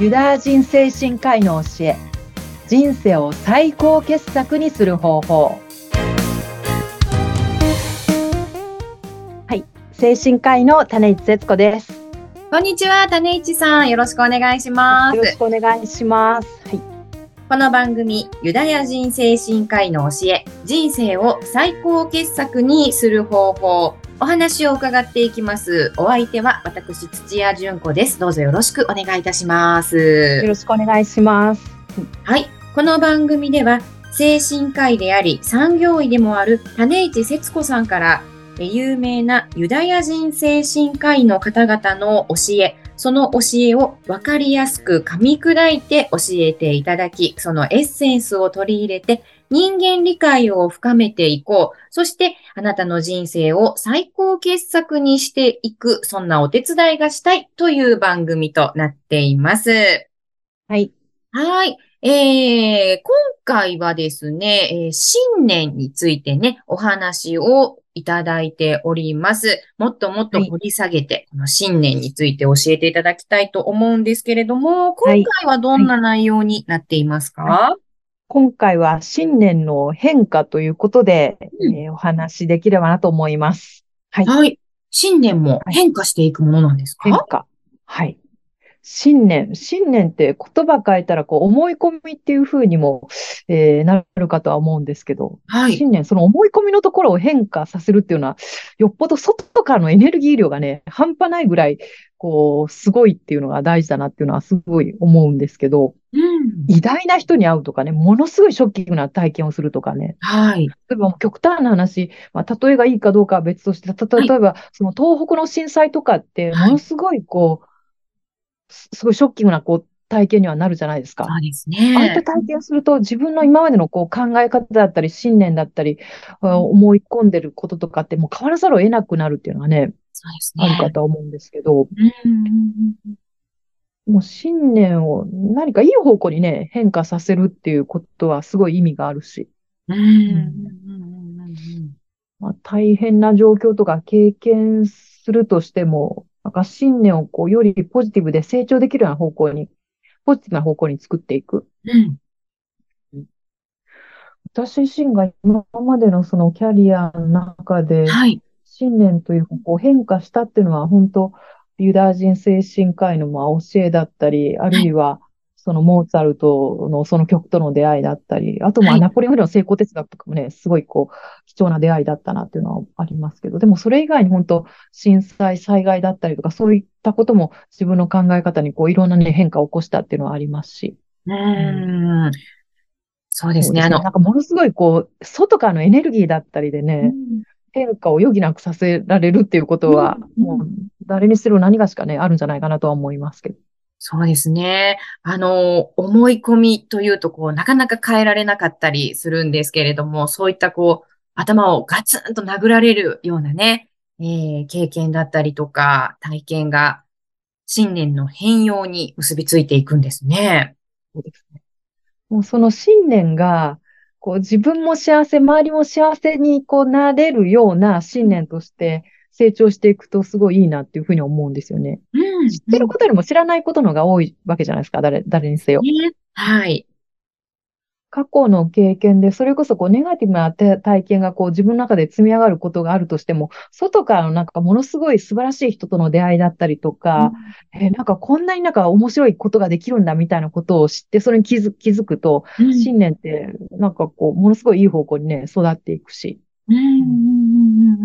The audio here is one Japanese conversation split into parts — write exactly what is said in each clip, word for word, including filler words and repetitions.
ユダヤ人精神科医の教え、人生を最高傑作にする方法。はい、精神科医の種市節子です。 こんにちは、種市さん、よろしくお願いします。 よろしくお願いします。はい、 この番組、ユダヤ人精神科医の教え、人生を最高傑作にする方法、お話を伺っていきます。お相手は私、土屋純子です。どうぞよろしくお願いいたします。 よろしくお願いします。 はい、この番組では精神科医であり産業医でもある種市節子さんから有名なユダヤ人精神科医の方々の教え、その教えを分かりやすく噛み砕いて教えていただき、そのエッセンスを取り入れて人間理解を深めていこう。そしてあなたの人生を最高傑作にしていく、そんなお手伝いがしたいという番組となっています。 はい。 はい。えー、今回はですね、えー、信念についてね、お話をいただいております。もっともっと掘り下げて、はい、この信念について教えていただきたいと思うんですけれども、今回はどんな内容になっていますか？はいはい、 今回は信念の変化ということで、うんえー、お話しできればなと思います。 はい。はい。信念も変化していくものなんですか？ 変化。はい。信念。信念って言葉変えたらこう思い込みっていう風にも、えー、なるかとは思うんですけど、はい、信念、その思い込みのところを変化させるっていうのは、よっぽど外からのエネルギー量がね、半端ないぐらい、こう、すごいっていうのが大事だなっていうのはすごい思うんですけど、うん、偉大な人に会うとかね、ものすごいショッキングな体験をするとかね。 はい。 例えば極端な話、まあ、例えがいいかどうかは別として、例えば、はい、その東北の震災とかって、ものすごいこう、はいすごいショッキングなこう体験にはなるじゃないですか。 そうですね。 ああいった体験をすると、自分の今までのこう考え方だったり、信念だったり、うん、思い込んでることとかって、もう変わらざるを得なくなるっていうのはね、 そうですね、 あるかとは思うんですけど、 うんもう信念を何かいい方向にね、変化させるっていうことはすごい意味があるし、大変な状況とか経験するとしても、なんか信念をこうよりポジティブで成長できるような方向に、ポジティブな方向に作っていく。うん私自身が今までのそのキャリアの中で、信念というかこう変化したっていうのは、本当ユダヤ人精神科医のまあ教えだったり、あるいはそのモーツァルトのその曲との出会いだったり、あとまあナポレオンの成功哲学とかもね、すごいこう貴重な出会いだったなっていうのはありますけど、でもそれ以外に本当震災、災害だったりとか、そういったことも自分の考え方にこういろんなね変化を起こしたっていうのはありますし。 うんうんそうですね。 そうですね。あの、なんかものすごいこう、外からのエネルギーだったりでね、うん、変化を余儀なくさせられるっていうことは、うん、もう誰にしろ何がしかね、あるんじゃないかなとは思いますけど。 そうですね。あの、思い込みというと、こう、なかなか変えられなかったりするんですけれども、そういったこう、頭をガツンと殴られるようなね、えー、経験だったりとか、体験が、信念の変容に結びついていくんですね。 そうですね。もうその信念が、こう自分も幸せ、周りも幸せにこうなれるような信念として成長していくとすごいいいなっていうふうに思うんですよね。うん、知ってることよりも知らないことの方が多いわけじゃないですか、誰、誰にせよ。 ね、はい。 過去の経験で、それこそこうネガティブな体験がこう自分の中で積み上がることがあるとしても、外からのなんかものすごい素晴らしい人との出会いだったりとか、うん、えー、なんかこんなになんか面白いことができるんだみたいなことを知って、それに気づ気づくと、うん、信念ってなんかこう、ものすごいいい方向にね、育っていくし。うん、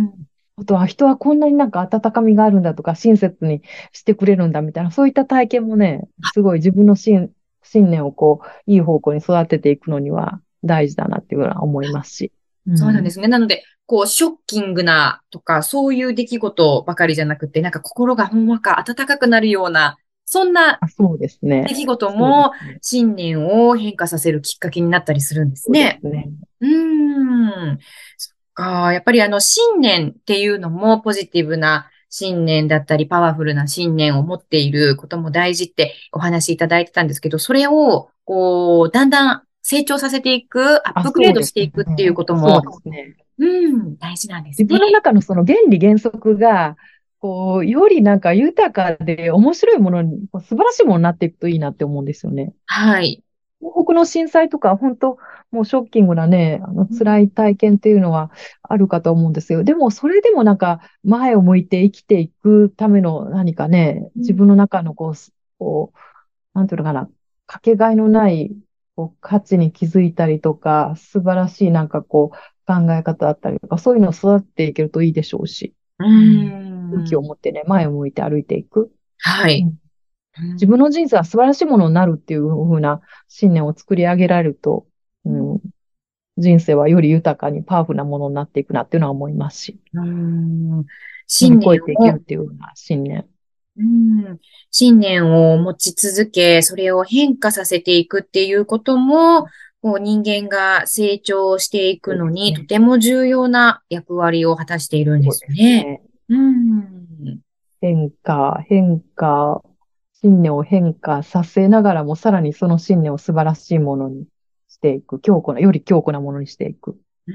あとは人はこんなになんか温かみがあるんだとか、親切にしてくれるんだみたいな、そういった体験もね、すごい自分の信信念をこう、いい方向に育てていくのには大事だなっていうのは思いますし。 うん、そうなんですね。なので、こう、ショッキングなとか、そういう出来事ばかりじゃなくて、なんか心がほんわか温かくなるような、そんな出来事も信念を変化させるきっかけになったりするんですね。 そうですね。 うーん。そっか。やっぱりあの、信念っていうのもポジティブな信念だったり、パワフルな信念を持っていることも大事ってお話しいただいてたんですけど、それを、こう、だんだん成長させていく、アップグレードしていくっていうことも、 そうですね。 うん、大事なんですね。 自分の中のその原理原則が、 こう、よりなんか豊かで面白いものに、こう素晴らしいものになっていくといいなって思うんですよね。 はい。 東北の震災とか、本当もうショッキングなね、あの、 うん、 辛い体験っていうのはあるかと思うんですよ。でも、それでもなんか、前を向いて生きていくための何かね、 うん、 自分の中のこう、すこう、なんていうのかな、かけがえのないこう価値に気づいたりとか、素晴らしいなんかこう、考え方だったりとか、そういうのを育っていけるといいでしょうし、 ううん、勇気をん、 持ってね、前を向いて歩いていく。 はい。 うん、 うん、 自分の人生は素晴らしいものになるっていう風な信念を作り上げられると、うん、人生はより豊かにパワフルなものになっていくなっていうのは思いますし、 うん、 乗り信念を、 越えていけるっていうような信念。 うん、信念を持ち続け、それを変化させていくっていうことも、こう人間が成長していくそうのにとですね。 ても重要な役割を果たしているんでそうですすね。 ね。 うん。 変化、変化、信念を変化させながらも、さらにその信念を素晴らしいものにしていく。強固な、より強固なものにしていく。 うん。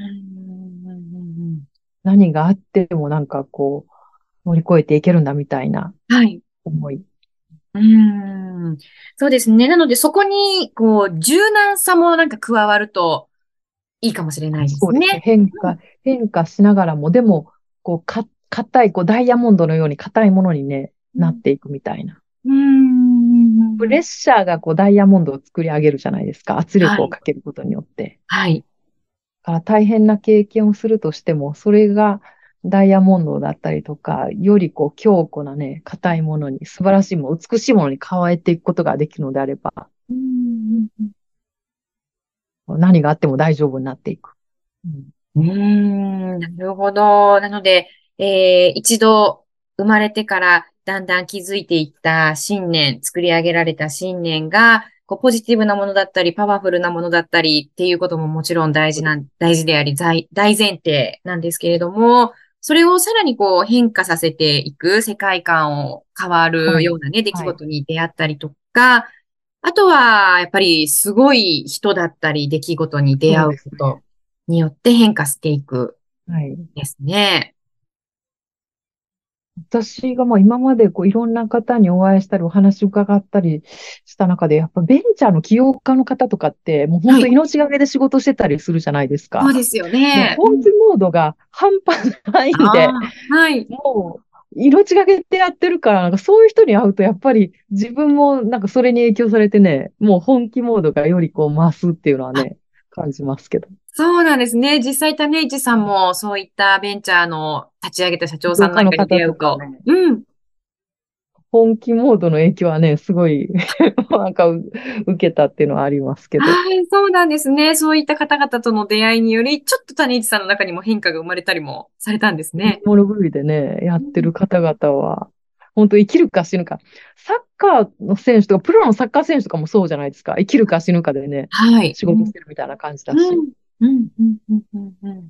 何があってもなんかこう、乗り越えていけるんだみたいなはい。 思い。 うーん。そうですね。なので、そこに、こう、柔軟さもなんか加わるといいかもしれないでそうですね。 すね。 変化、変化しながらも、でも、こう、か、硬い、こう、ダイヤモンドのように硬いものにね、 うん。 なっていくみたいな。 うーん。 プレッシャーがこう、ダイヤモンドを作り上げるじゃないですか。圧力をはい。 かけることによって。 はい。 から大変な経験をするとしても、それがダイヤモンドだったりとか、よりこう強固なね、硬いものに、素晴らしいもの、美しいものに変えていくことができるのであれば、 うーん。 何があっても大丈夫になっていく。うん、 うーん。なるほど。なので、えー一度生まれてからだんだん築いていった信念、作り上げられた信念が、こうポジティブなものだったり、パワフルなものだったりっていうことももちろん大事な、 そうです。 大事であり、大大前提なんですけれども、それをさらにこう変化させていく世界観を変わるはい。 ようなね、出来はい。 事に出会ったりとか、あとは、やっぱりすごい人だったり、出来事に出会そううことですね。 によって変化していくはい。 ですね。 私がまあ今までこういろんな方にお会いしたりお話伺ったりした中で、やっぱベンチャーの起業家の方とかって、もう本はい。 当命がけで仕事してたりするじゃないですか。 そうですよね。うもう本気ん。 モードが半端ないんで、 ああ、はい。 もう、命がけってやってるから、なんかそういう人に会うと、やっぱり自分もなんかそれに影響されてね、もう本気モードがよりこう増すっていうのはあ、 ね、感じますけど。 そうなんですね。実際、種市さんもそういったベンチャーの立ち上げた社長さ業んなんかに出界の方会うと、 とかね、 うん。 本気モードの影響はね、すごいなんかう受けたっていうのはありますけど。 はい、そうなんですね。そういった方々との出会いにより、ちょっと種市さんの中にも変化が生まれたりもされたんですね。 物狂いでね、やうん。 ってる方々は、本当生きるか死ぬか。サッカーの選手とか、プロのサッカー選手とかもそうじゃないですか。生きるか死ぬかでね、 はい。 仕事しうん。 てるみたいな感じだし。 うん。うん。うん。うん。うん。うん。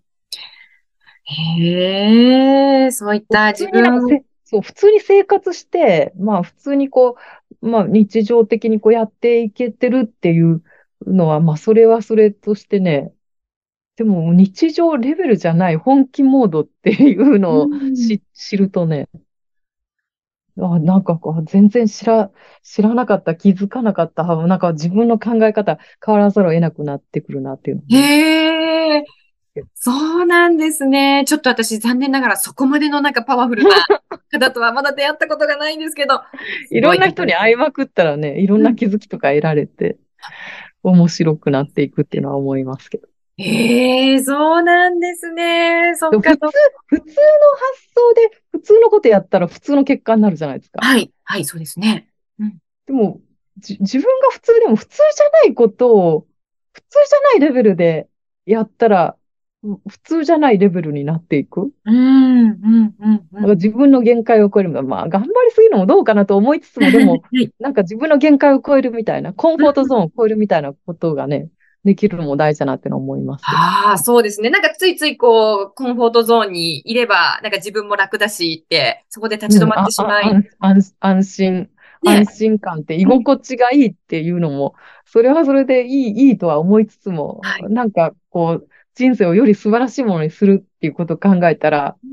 へえ、そういった自普通になんか分、 せ、そう、普通に生活して、まあ普通にこう、まあ日常的にこうやっていけてるっていうのは、まあそれはそれとしてね、でも日常レベルじゃない本気モードっていううのをん。 知、知るとね、あ、なんかこう全然知ら、知らなかった、気づかなかった、あなんか自分の考え方変わらざるを得なくなってくるなっていうのね。 へえ、そうなんですね。ちょっと私残念ながらそこまでのなんかパワフルな方とはまだ出会ったことがないんですけど、すごいいろんな人に方ですね。 会いまくったらね、いろんうん。 な気づきとか得られて、面白くなっていくっていうのは思いますけど。 ええ、そうなんですね。そっか、 でも普通、 そっか。 普通の発想で普通のことやったら普通の結果になるじゃないですか。 はい、はい、そうですね。うん。 でも、じ、自分が普通でも普通じゃないことを、普通じゃないレベルでやったら、う普通じゃないレベルになっていく。 うん、うん、うん、うん。 だから自分の限界を超えるのは、まあ、頑張りすぎるのもどうかなと思いつつも、でも、 はい。 なんか自分の限界を超えるみたいな、コンフォートゾーンを超えるみたいなことがね、できるのも大事だなってのは思いますけど。 ああ、そうですね。なんかついついこう、コンフォートゾーンにいれば、なんか自分も楽だしって、そこで立ち止うん、 まってあ、あ、 しまい、 安、安、安心、安ね。 心感って居うん。 心地がいいっていうのも、それはそれでいい、いいとは思いつつも、 はい。 なんかこう、人生をより素晴らしいものにするっていうことを考えたら、 うん。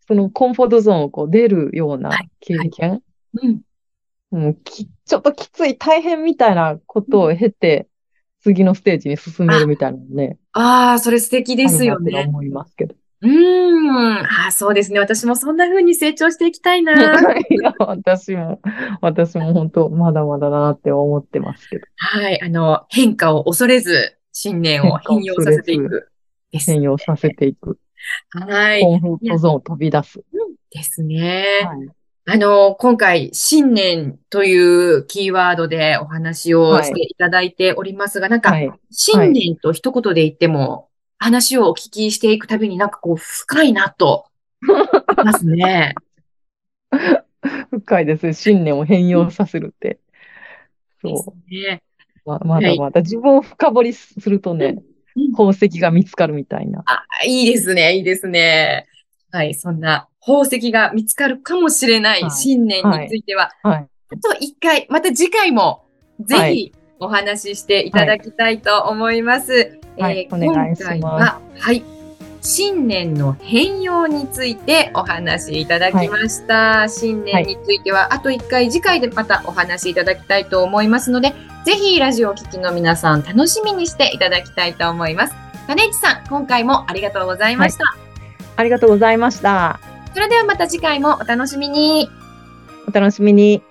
そのコンフォートゾーンをこう出るようなはい。 経はい。 験、 うん。 うん、き、ちょっときつい、大変みたいなこうん。 とを経て、次のステージに進めあ、 るみたいなのね、 ああ、それ素敵であるすよね。 なってのは思いますけど。 うーん。ああ、そうですね。私もそんな風に成長していきたいな。 いや、私も、私も本当、まだまだだなって思ってますけど。 はい。あの、変化を恐れず、信念を変化を変容させてい恐れず、 く。です変容させね。 ていく。 はい。 コンフォーいや、 トゾーンを飛び出す。 うんですね。 はい。 あの、今回、信念というキーワードでお話をはい。 していただいておりますが、なんか、 はい。はい。 信念と一言で言っても、話をお聞きしていくたびになんかこう、深いなと思いますね。 深いですね。信念を変うん容させるって。 ですそね。 う。ま、まはい。 だまだ自分を深掘りするとうんね、 うん宝石が見つかるみたいな。 あ、いいですね、いいですね。はい、そんな宝石が見つかるかもしれないはい。 信念にはい。 ついては、 はい。 あと一回、また次回もぜはい。 ひお話ししていたはい。 だきたいと思います。 はい。 えー今お願いします。 回は、はい、信念の変容についてお話しいただはい。 きました。信はい。 念については、あと一回次回でまたお話しいただきたいと思いますので、ぜひラジオをお聞きの皆さん楽しみにしていただきたいと思います。金市さん、今回もありがとうございはい。 ました。 ありがとうございました。 それではまた次回もお楽しみに。 お楽しみに。